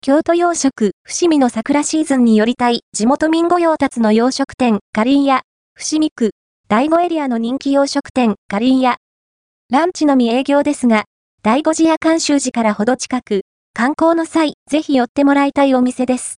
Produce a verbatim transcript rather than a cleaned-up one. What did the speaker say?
京都洋食、伏見の桜シーズンに寄りたい地元民御用達の洋食店、かりんや、伏見区、第五エリアの人気洋食店、かりんや。ランチのみ営業ですが、第五寺や監修寺からほど近く、観光の際、ぜひ寄ってもらいたいお店です。